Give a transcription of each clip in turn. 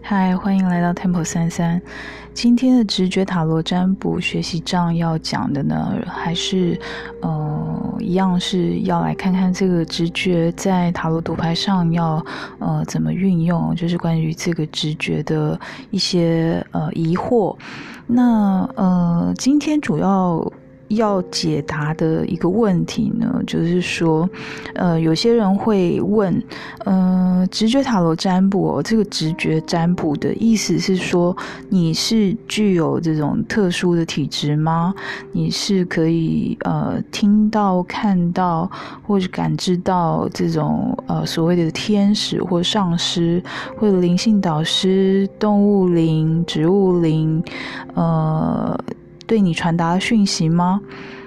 嗨，欢迎来到 Temple 33。今天的直觉塔罗占卜学习章要讲的呢，还是一样是要来看看这个直觉在塔罗读牌上要怎么运用，就是关于这个直觉的一些疑惑。那今天主要解答的一个问题呢，就是说，有些人会问，直觉塔罗占卜这个直觉占卜的意思是说，你是具有这种特殊的体质吗？你是可以听到、看到或者感知到这种所谓的天使或上师或者灵性导师、动物灵、植物灵，对你传达讯息吗？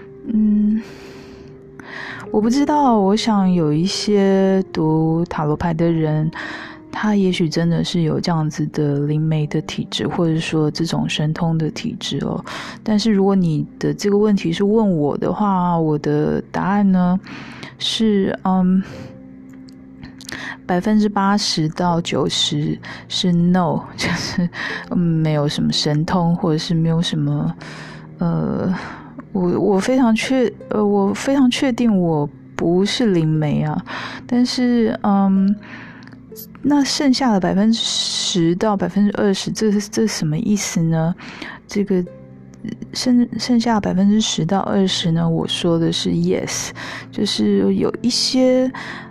我不知道，我想有一些读塔罗牌的人，他也许真的是有这样子的灵媒的体质，或者说这种神通的体质哦。但是如果你的这个问题是问我的话，我的答案呢是80%到90%是 no， 就是没有什么神通，或者是没有什么我非常确定我不是灵媒啊。但是那剩下的10%到20%，这是什么意思呢？这个剩下10%到20%呢，我说的是 yes， 就是有一些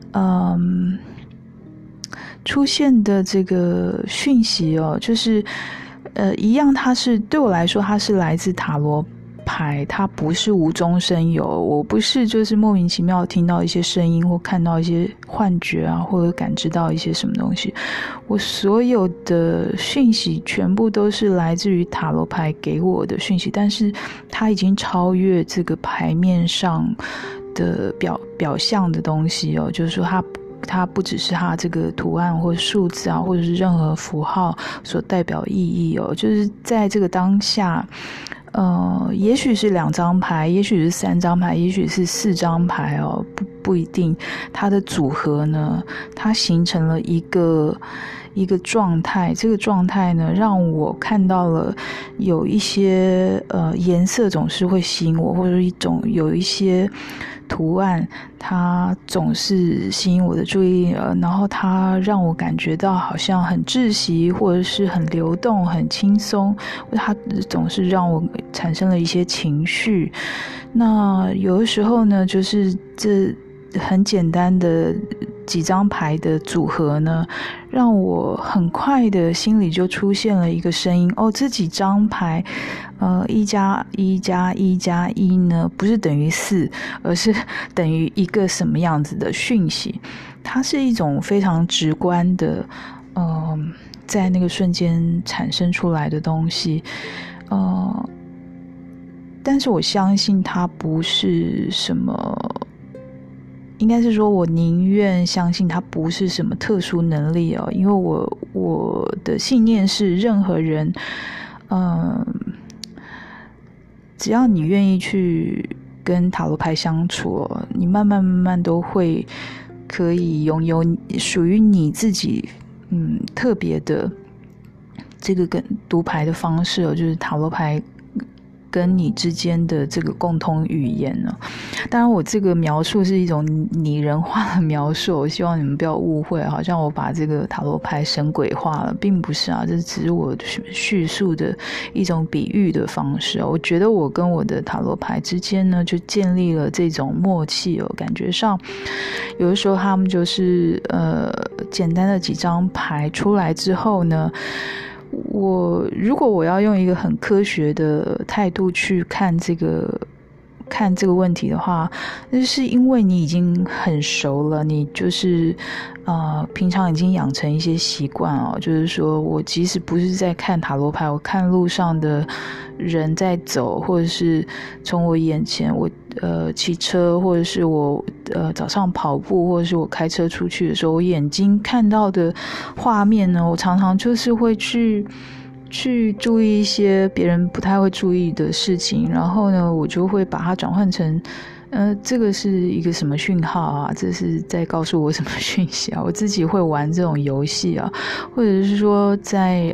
出现的这个讯息哦，就是一样，它是对我来说，它是来自塔罗牌，它不是无中生有。我不是就是莫名其妙听到一些声音或看到一些幻觉啊，或者感知到一些什么东西。我所有的讯息全部都是来自于塔罗牌给我的讯息，但是它已经超越这个牌面上的表象的东西哦，就是说它不只是它这个图案或数字啊，或者是任何符号所代表意义哦，就是在这个当下，也许是2张牌，也许是3张牌，也许是4张牌哦，不一定。它的组合呢，它形成了一个状态，这个状态呢，让我看到了有一些颜色总是会吸引我，或者有一些图案，它总是吸引我的注意力，然后它让我感觉到好像很窒息，或者是很流动、很轻松，它总是让我产生了一些情绪。那有的时候呢，就是这很简单的几张牌的组合呢，让我很快的心里就出现了一个声音，这几张牌1+1+1+1呢，不是等于4，而是等于一个什么样子的讯息。它是一种非常直观的在那个瞬间产生出来的东西，但是我相信它不是什么，应该是说我宁愿相信它不是什么特殊能力哦，因为我的信念是任何人只要你愿意去跟塔罗牌相处你慢慢都会可以拥有属于你自己特别的这个跟读牌的方式就是塔罗牌跟你之间的这个共同语言呢。当然我这个描述是一种拟人化的描述，我希望你们不要误会，好像我把这个塔罗牌神鬼化了，并不是啊，这只是我叙述的一种比喻的方式。我觉得我跟我的塔罗牌之间呢，就建立了这种默契感觉上有的时候他们就是简单的几张牌出来之后呢，如果我要用一个很科学的态度去看这个问题的话，那就是因为你已经很熟了，你就是平常已经养成一些习惯就是说我即使不是在看塔罗牌，我看路上的人在走，或者是从我眼前我骑车，或者是我早上跑步，或者是我开车出去的时候，我眼睛看到的画面呢，我常常就是会去注意一些别人不太会注意的事情，然后呢，我就会把它转换成这个是一个什么讯号啊？这是在告诉我什么讯息啊？我自己会玩这种游戏啊，或者是说在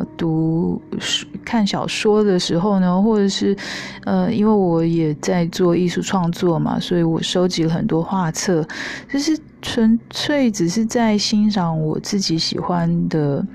看小说的时候呢，或者是因为我也在做艺术创作嘛，所以我收集了很多画册，就是纯粹只是在欣赏我自己喜欢的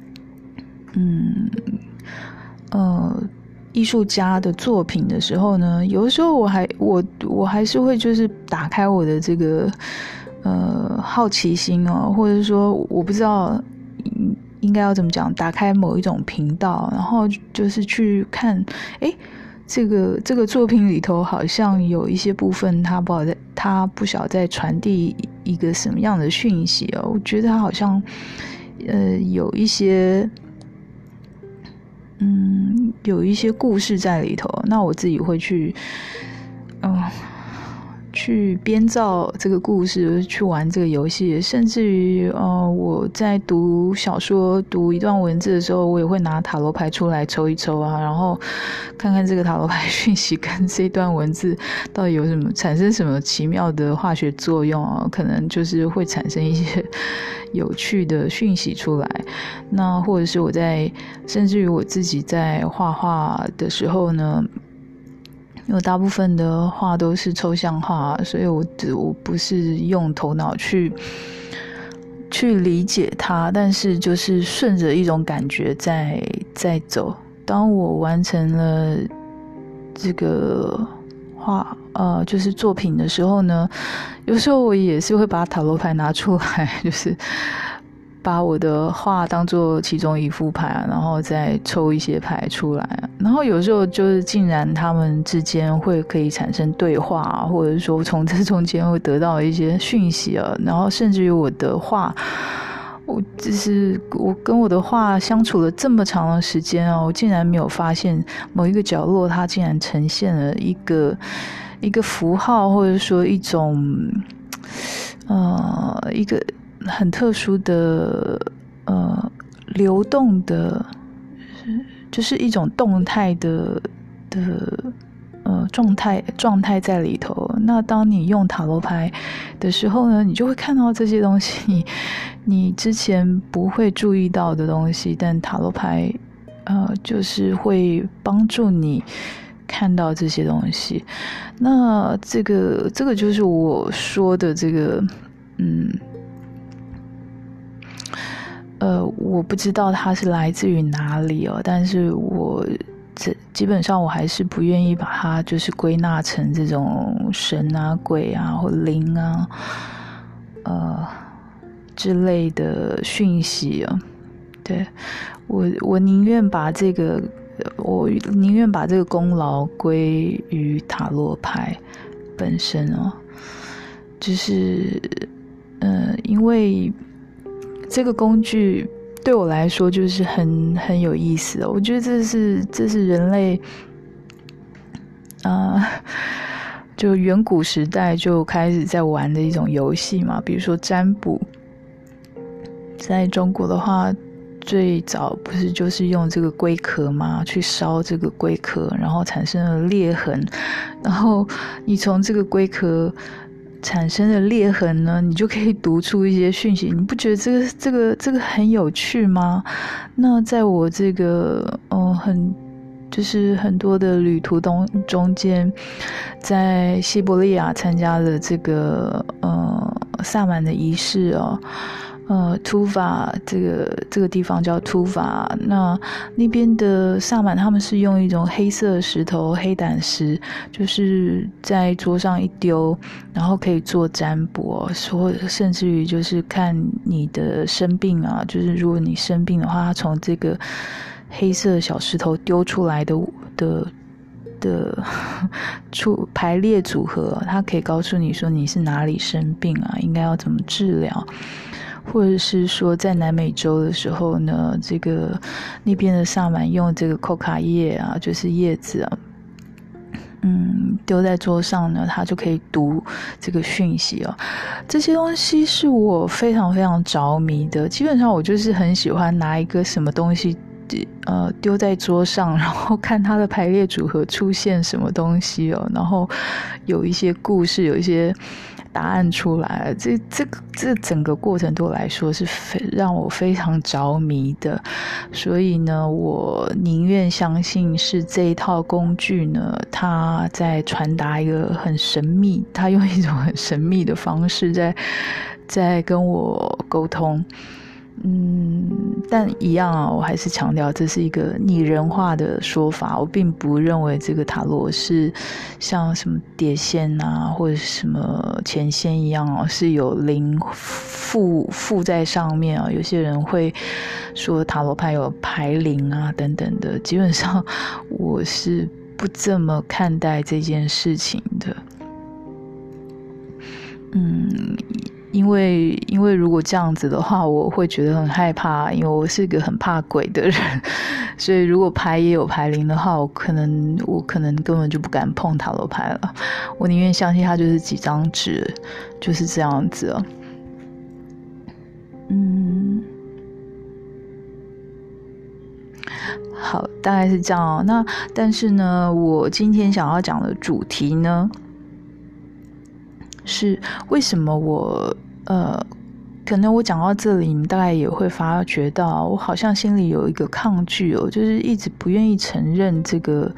艺术家的作品的时候呢，有的时候我还是会就是打开我的这个好奇心哦，或者说我不知道应该要怎么讲，打开某一种频道，然后就是去看，这个作品里头好像有一些部分他不晓得在传递一个什么样的讯息哦，我觉得他好像有一些故事在里头，那我自己会去编造这个故事，去玩这个游戏，甚至于我在读小说、读一段文字的时候，我也会拿塔罗牌出来抽一抽啊，然后看看这个塔罗牌讯息跟这段文字到底有什么产生什么奇妙的化学作用啊，可能就是会产生一些有趣的讯息出来。那或者是甚至于我自己在画画的时候呢，因为大部分的画都是抽象画，所以我不是用头脑去理解它，但是就是顺着一种感觉在走。当我完成了这个画就是作品的时候呢，有时候我也是会把塔罗牌拿出来，就是把我的画当作其中一副牌，然后再抽一些牌出来，然后有时候就是竟然他们之间可以产生对话，或者说从这中间会得到一些讯息啊，然后甚至于我的画，我跟我的画相处了这么长的时间我竟然没有发现某一个角落它竟然呈现了一个符号，或者说一种一个很特殊的流动的，就是一种动态的状态在里头。那当你用塔罗牌的时候呢，你就会看到这些东西，你之前不会注意到的东西，但塔罗牌就是会帮助你看到这些东西。那这个就是我说的这个我不知道它是来自于哪里但是基本上我还是不愿意把它就是归纳成这种神啊、鬼啊或灵啊之类的讯息对，我宁愿把这个功劳归于塔罗牌本身就是因为这个工具对我来说就是很有意思我觉得这是人类就远古时代就开始在玩的一种游戏嘛，比如说占卜。在中国的话，最早不是就是用这个龟壳吗？去烧这个龟壳，然后产生了裂痕，然后你从这个龟壳产生的裂痕呢，你就可以读出一些讯息。你不觉得这个很有趣吗？那在我这个就是很多的旅途中间，在西伯利亚参加了这个萨满的仪式图瓦这个地方叫图瓦，那边的萨满他们是用一种黑色石头黑胆石，就是在桌上一丢，然后可以做占卜甚至于就是看你的生病就是如果你生病的话，他从这个黑色小石头丢出来的排列组合，它可以告诉你说你是哪里生病应该要怎么治疗。或者是说在南美洲的时候呢，那边的萨满用这个扣卡叶就是叶子丢在桌上呢，他就可以读这个讯息这些东西是我非常非常着迷的。基本上我就是很喜欢拿一个什么东西丢在桌上，然后看它的排列组合出现什么东西哦，然后有一些故事，有一些答案出来，这整个过程对我来说是让我非常着迷的，所以呢，我宁愿相信是这一套工具呢，它在传达一个很神秘，它用一种很神秘的方式在跟我沟通。但一样啊，我还是强调这是一个拟人化的说法，我并不认为这个塔罗是像什么碟仙啊或者什么前仙一样哦，是有灵附在上面啊。有些人会说塔罗牌有牌灵啊等等的，基本上我是不这么看待这件事情的。因为如果这样子的话，我会觉得很害怕，因为我是个很怕鬼的人，所以如果牌也有牌灵的话，我可能根本就不敢碰塔罗牌了，我宁愿相信它就是几张纸，就是这样子哦。好，大概是这样哦。那但是呢，我今天想要讲的主题呢，是为什么我可能我讲到这里，你们大概也会发觉到，我好像心里有一个抗拒哦，就是一直不愿意承认这个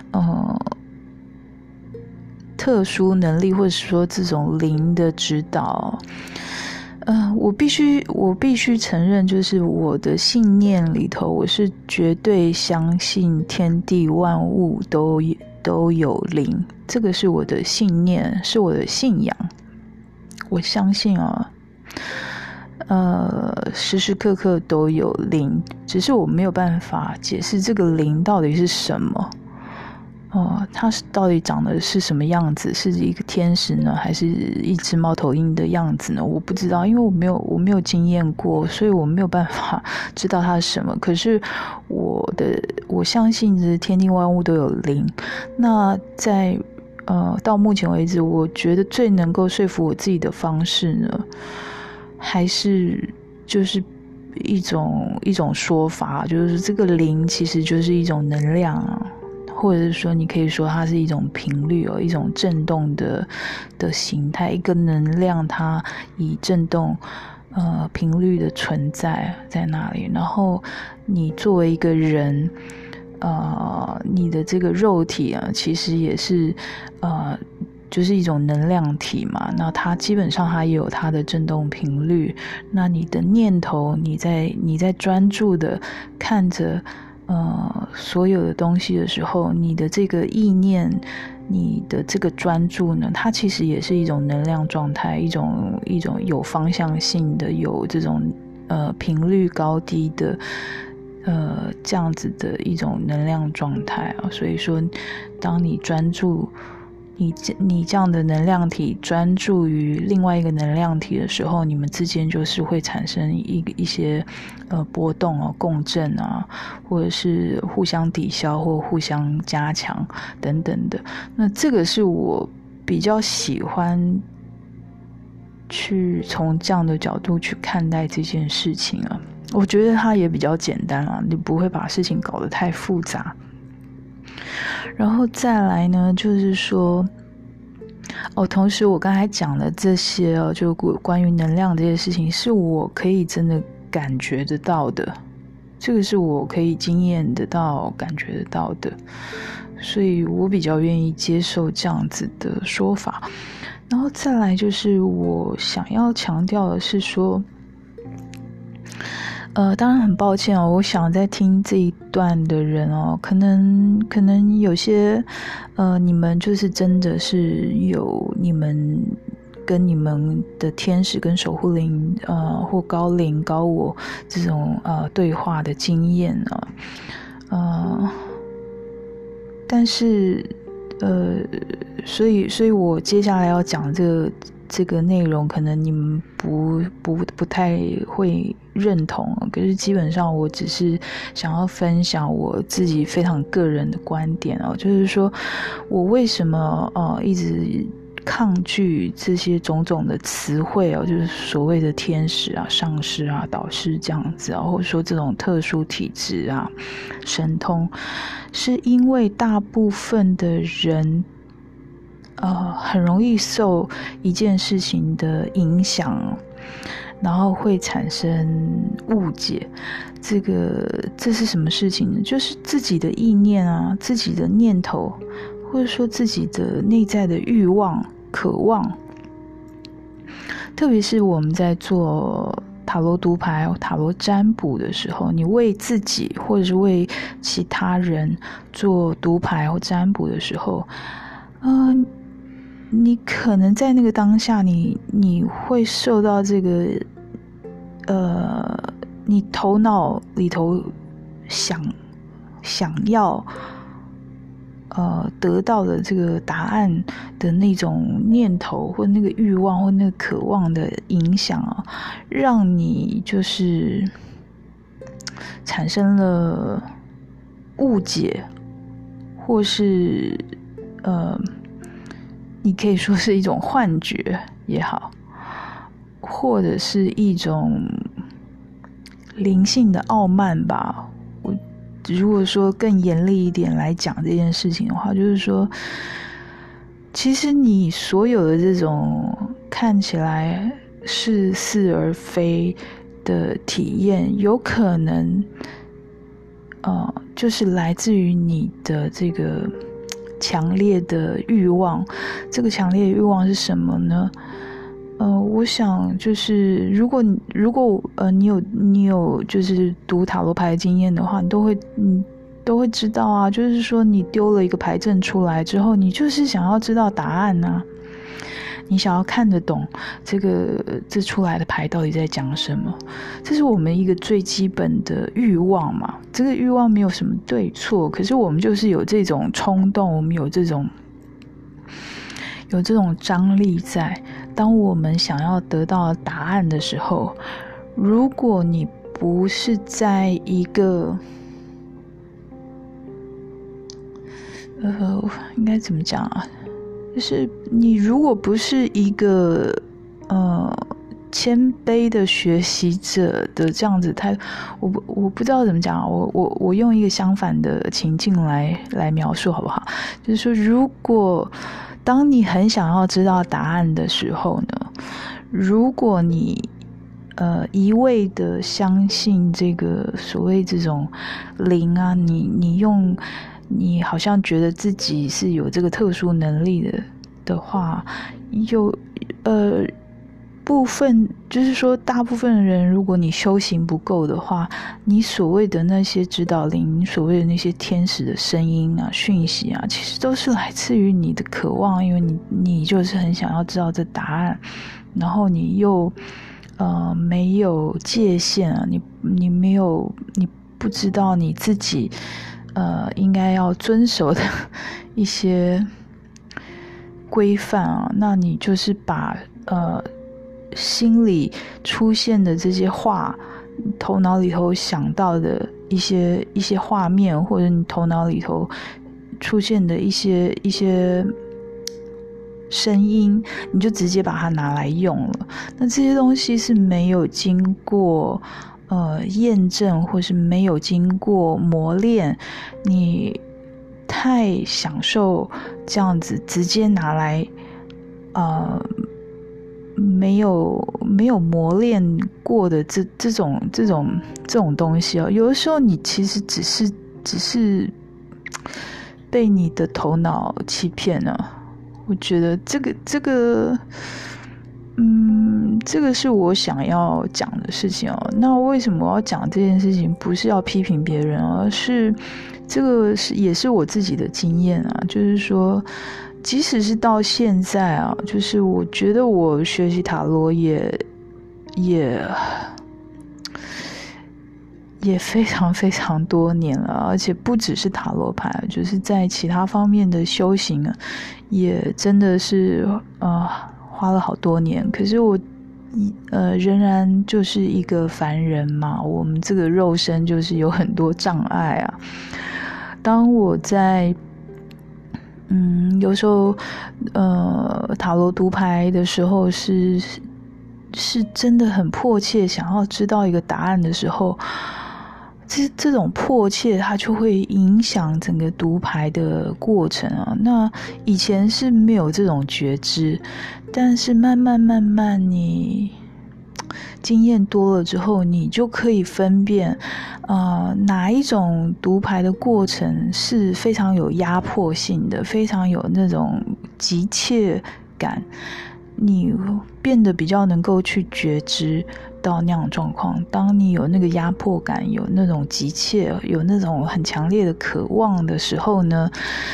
特殊能力，或者说这种灵的指导。我必须承认，就是我的信念里头，我是绝对相信天地万物都有灵，这个是我的信念，是我的信仰。我相信时时刻刻都有灵，只是我没有办法解释这个灵到底是什么。它到底长得是什么样子？是一个天使呢，还是一只猫头鹰的样子呢？我不知道，因为我没有经验过，所以我没有办法知道它是什么。可是我相信这天地万物都有灵。那在到目前为止，我觉得最能够说服我自己的方式呢，还是就是一种说法，就是这个灵其实就是一种能量啊。或者是说你可以说它是一种频率一种震动的形态，一个能量它以震动频率的存在在那里，然后你作为一个人你的这个肉体其实也是就是一种能量体嘛，那它基本上它也有它的振动频率，那你的念头你在专注的看着所有的东西的时候，你的这个意念，你的这个专注呢，它其实也是一种能量状态，一种有方向性的，有这种频率高低的这样子的一种能量状态啊。所以说，当你专注你这样的能量体专注于另外一个能量体的时候，你们之间就是会产生一些波动共振或者是互相抵消或互相加强等等的。那这个是我比较喜欢去从这样的角度去看待这件事情啊。我觉得它也比较简单你不会把事情搞得太复杂。然后再来呢，就是说同时我刚才讲的这些就关于能量这些事情，是我可以真的感觉得到的，这个是我可以经验得到感觉得到的，所以我比较愿意接受这样子的说法。然后再来就是我想要强调的是说当然很抱歉我想在听这一段的人可能有些你们就是真的是有你们跟你们的天使跟守护灵或高灵高我这种对话的经验但是所以我接下来要讲这个内容可能你们不太会认同，可是基本上我只是想要分享我自己非常个人的观点就是说我为什么一直抗拒这些种种的词汇就是所谓的天使啊、上师啊、导师这样子或者说这种特殊体质啊、神通，是因为大部分的人很容易受一件事情的影响，然后会产生误解。这是什么事情呢？就是自己的意念啊，自己的念头，或者说自己的内在的欲望、渴望。特别是我们在做塔罗读牌、塔罗占卜的时候，你为自己或者是为其他人做读牌或占卜的时候，你可能在那个当下你会受到这个你头脑里头想要得到的这个答案的那种念头或那个欲望或那个渴望的影响让你就是产生了误解，或是你可以说是一种幻觉也好，或者是一种灵性的傲慢吧。我如果说更严厉一点来讲这件事情的话，就是说其实你所有的这种看起来是似而非的体验，有可能就是来自于你的这个强烈的欲望。这个强烈的欲望是什么呢？我想就是如果你有就是读塔罗牌的经验的话，你都会知道啊，就是说你丢了一个牌阵出来之后，你就是想要知道答案啊，你想要看得懂这出来的牌到底在讲什么。这是我们一个最基本的欲望嘛。这个欲望没有什么对错，可是我们就是有这种冲动，我们有这种张力在。当我们想要得到答案的时候，如果你不是在一个应该怎么讲啊？就是你如果不是一个谦卑的学习者的这样子态度，我不知道怎么讲，我用一个相反的情境来描述好不好？就是说，如果当你很想要知道答案的时候呢，如果你一味的相信这个所谓这种灵啊，你好像觉得自己是有这个特殊能力的话，有部分就是说大部分的人，如果你修行不够的话，你所谓的那些指导灵，所谓的那些天使的声音啊、讯息啊，其实都是来自于你的渴望，因为你就是很想要知道这答案，然后你又没有界限啊，你不知道你自己应该要遵守的一些规范啊，那你就是把心里出现的这些话，头脑里头想到的一些画面，或者你头脑里头出现的一些声音，你就直接把它拿来用了。那这些东西是没有经过验证，或是没有经过磨练，你太享受这样子直接拿来没有磨练过的这种东西有的时候你其实只是被你的头脑欺骗了。我觉得这个是我想要讲的事情那为什么我要讲这件事情？不是要批评别人，而是这个也是我自己的经验啊，就是说即使是到现在啊，就是我觉得我学习塔罗也非常非常多年了，而且不只是塔罗牌，就是在其他方面的修行啊，也真的是花了好多年。可是我仍然就是一个凡人嘛，我们这个肉身就是有很多障碍啊。当我在有时候塔罗读牌的时候是真的很迫切想要知道一个答案的时候，这种迫切它就会影响整个读牌的过程啊。那以前是没有这种觉知，但是慢慢你经验多了之后，你就可以分辨哪一种读牌的过程是非常有压迫性的，非常有那种急切感，你变得比较能够去觉知到那样的状况。当你有那个压迫感，有那种急切，有那种很强烈的渴望的时候呢，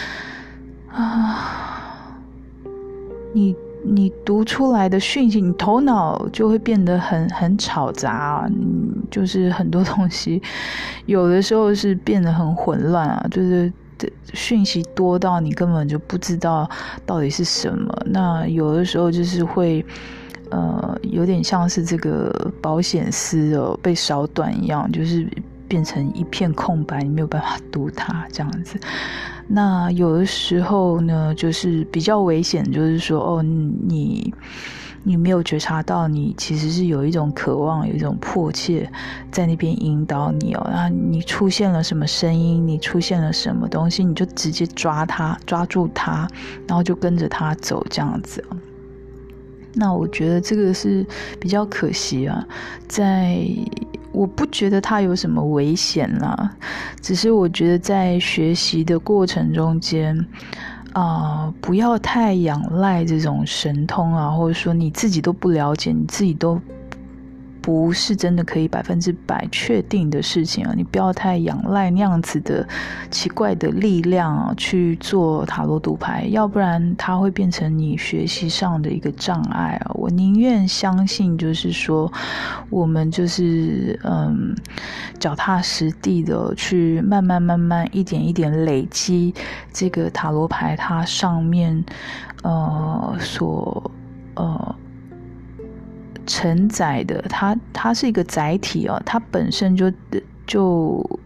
你读出来的讯息，你头脑就会变得很吵杂就是很多东西有的时候是变得很混乱啊，就是讯息多到你根本就不知道到底是什么。那有的时候就是会有点像是这个保险丝被烧断一样，就是变成一片空白，你没有办法读它这样子。那有的时候呢，就是比较危险，就是说你没有觉察到，你其实是有一种渴望，有一种迫切在那边引导你那你出现了什么声音，你出现了什么东西，你就直接抓住它，然后就跟着它走这样子。那我觉得这个是比较可惜我不觉得它有什么危险啦，只是我觉得在学习的过程中间不要太仰赖这种神通啊，或者说你自己都不了解，你自己都不是真的可以100%确定的事情你不要太仰赖那样子的奇怪的力量去做塔罗读牌，要不然它会变成你学习上的一个障碍我宁愿相信就是说我们就是脚踏实地的去慢慢一点一点累积这个塔罗牌它上面承载的，它是一个载体它本身就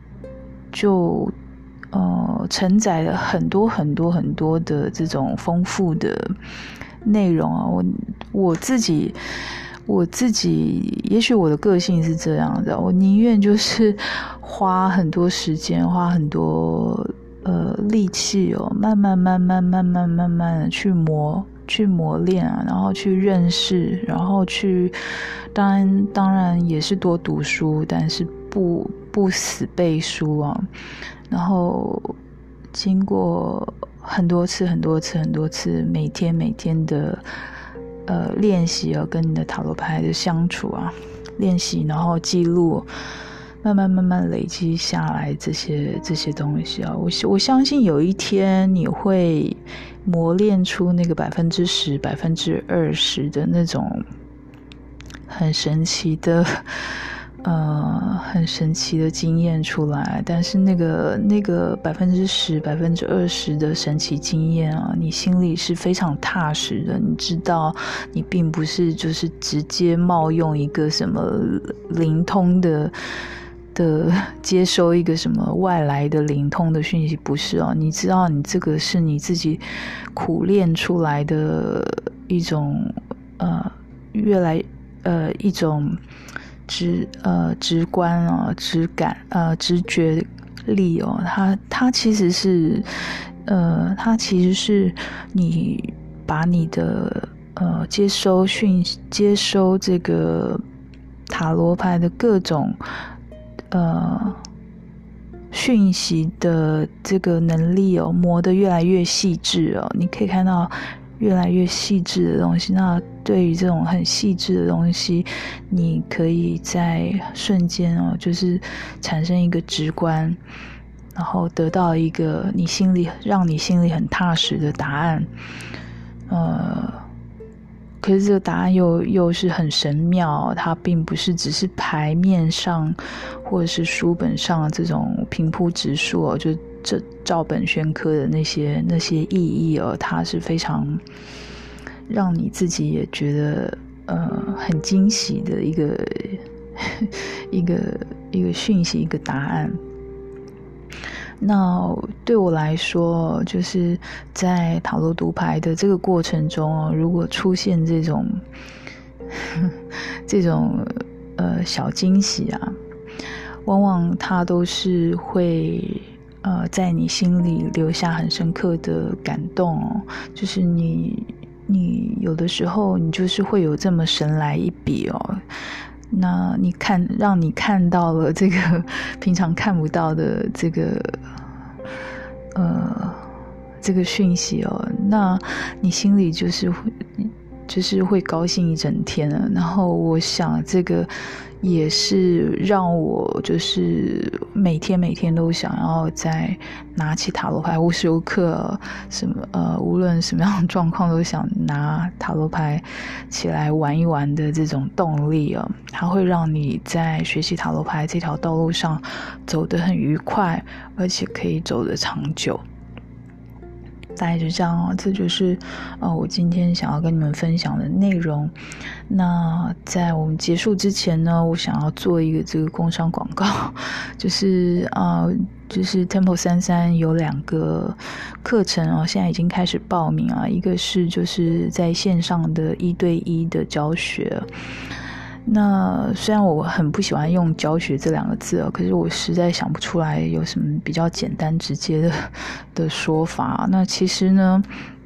承载了很多的这种丰富的内容我自己也许我的个性是这样的，我宁愿就是花很多时间，花很多力气慢慢的去磨练然后去认识，然后去当然也是多读书，但是不死背书然后经过很多次每天的练习跟你的塔罗牌的相处练习，然后记录，慢慢累积下来这些东西我相信有一天你会磨练出那个10%、20%的那种很神奇的经验出来，但是那个10%、20%的神奇经验你心里是非常踏实的，你知道你并不是就是直接冒用一个什么灵通的接收一个什么外来的灵通的讯息，不是你知道你这个是你自己苦练出来的一种越来一种直观直感直觉力它其实是你把你的接收这个塔罗牌的各种讯息的这个能力磨得越来越细致你可以看到越来越细致的东西。那对于这种很细致的东西，你可以在瞬间就是产生一个直观，然后得到一个让你心里很踏实的答案。可是这个答案又是很神妙它并不是只是牌面上或者是书本上这种平铺直述就这照本宣科的那些意义它是非常让你自己也觉得很惊喜的一个讯息，一个答案。 那对我来说，就是在塔罗读牌的这个过程中如果出现这种小惊喜啊，往往它都是会在你心里留下很深刻的感动就是你有的时候你就是会有这么神来一笔那让你看到了这个平常看不到的这个讯息那你心里就是会高兴一整天然后我想这个也是让我就是每天都想要再拿起塔罗牌，无时无刻无论什么样的状况都想拿塔罗牌起来玩一玩的这种动力它会让你在学习塔罗牌这条道路上走得很愉快，而且可以走得长久。大概就这样这就是我今天想要跟你们分享的内容。那在我们结束之前呢，我想要做一个这个工商广告，就是Temple 33有2个课程现在已经开始报名一个是就是在线上的1对1的教学。那虽然我很不喜欢用教学这2个字可是我实在想不出来有什么比较简单直接的说法。那其实呢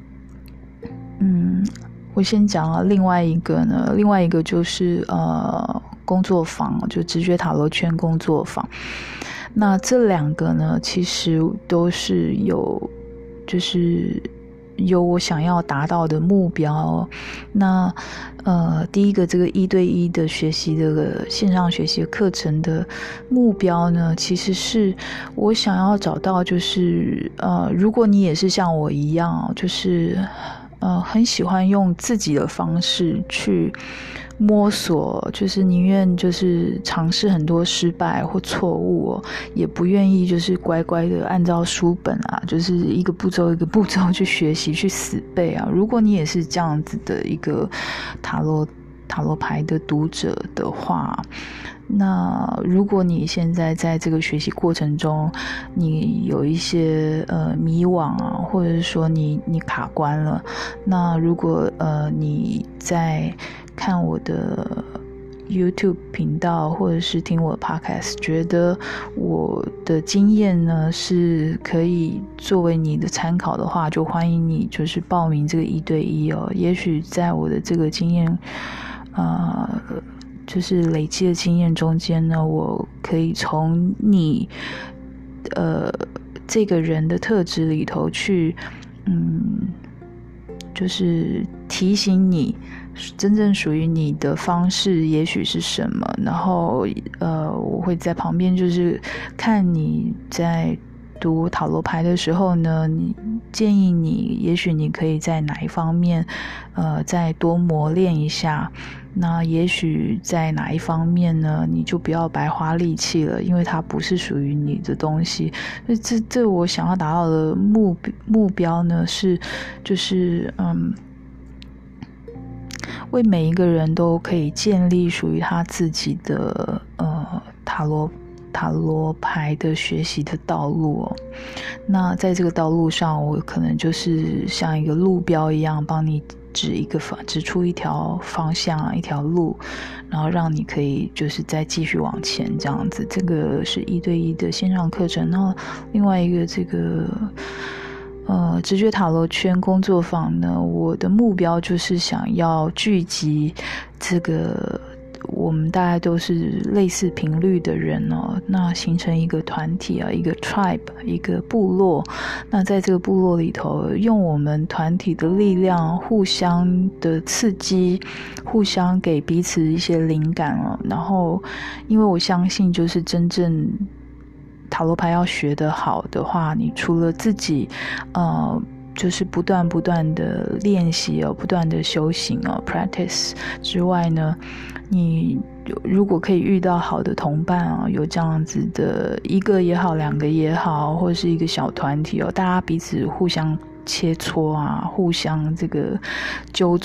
我先讲另外一个就是工作坊，就直觉塔罗圈工作坊。那这2个呢其实都是有我想要达到的目标。那第一个这个1对1的学习这个线上学习课程的目标呢，其实是我想要找到就是如果你也是像我一样就是很喜欢用自己的方式去摸索，就是宁愿就是尝试很多失败或错误也不愿意就是乖乖的按照书本就是一个步骤一个步骤去学习去死背如果你也是这样子的一个塔罗牌的读者的话，那如果你现在在这个学习过程中你有一些迷惘或者是说你卡关了，那如果你在看我的 YouTube 频道或者是听我的 Podcast 觉得我的经验呢是可以作为你的参考的话，就欢迎你就是报名这个1对1也许在我的这个经验就是累积的经验中间呢，我可以从你这个人的特质里头去就是提醒你真正属于你的方式也许是什么，然后我会在旁边就是看你在读塔罗牌的时候呢，建议你也许你可以在哪一方面再多磨练一下，那也许在哪一方面呢你就不要白花力气了，因为它不是属于你的东西。这我想要达到的目标呢是就是为每一个人都可以建立属于他自己的塔罗牌的学习的道路那在这个道路上，我可能就是像一个路标一样帮你指出一条方向一条路，然后让你可以就是再继续往前这样子。这个是1对1的线上课程。然后另外一个这个直觉塔罗圈工作坊呢，我的目标就是想要聚集这个我们大概都是类似频率的人那形成一个团体一个 tribe 一个部落。那在这个部落里头，用我们团体的力量互相的刺激，互相给彼此一些灵感然后因为我相信就是真正塔罗牌要学得好的话，你除了自己就是不断的练习不断的修行practice 之外呢，你如果可以遇到好的同伴有这样子的1个也好2个也好，或者是一个小团体大家彼此互相切磋互相这个揪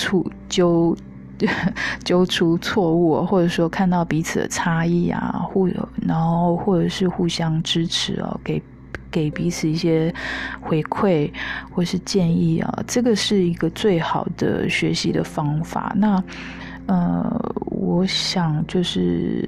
出错误或者说看到彼此的差异然后或者是互相支持给给彼此一些回馈或是建议啊，这个是一个最好的学习的方法。那我想就是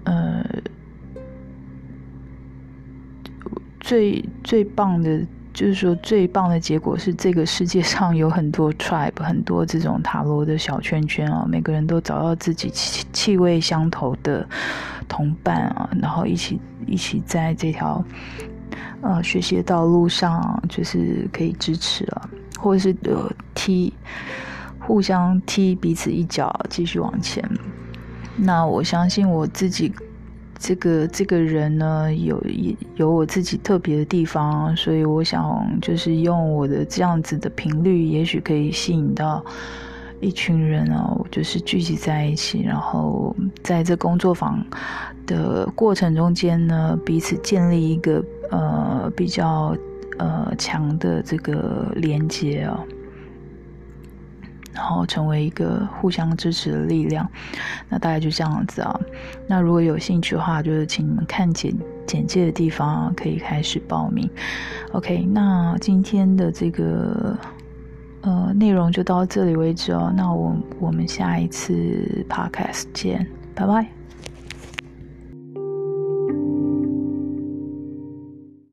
最棒的，就是说最棒的结果是这个世界上有很多 tribe， 很多这种塔罗的小圈圈啊，每个人都找到自己气味相投的同伴啊，然后一起在这条学习的道路上，就是可以支持啊，或者是互相踢彼此一脚，继续往前。那我相信我自己这个人呢，有我自己特别的地方，所以我想就是用我的这样子的频率，也许可以吸引到一群人就是聚集在一起，然后在这工作坊的过程中间呢，彼此建立一个比较强的这个连结啊，然后成为一个互相支持的力量。那大概就这样子啊。那如果有兴趣的话，就是请你们看简介的地方可以开始报名。OK， 那今天的这个内容就到这里为止哦。那我们下一次 Podcast 见，拜拜。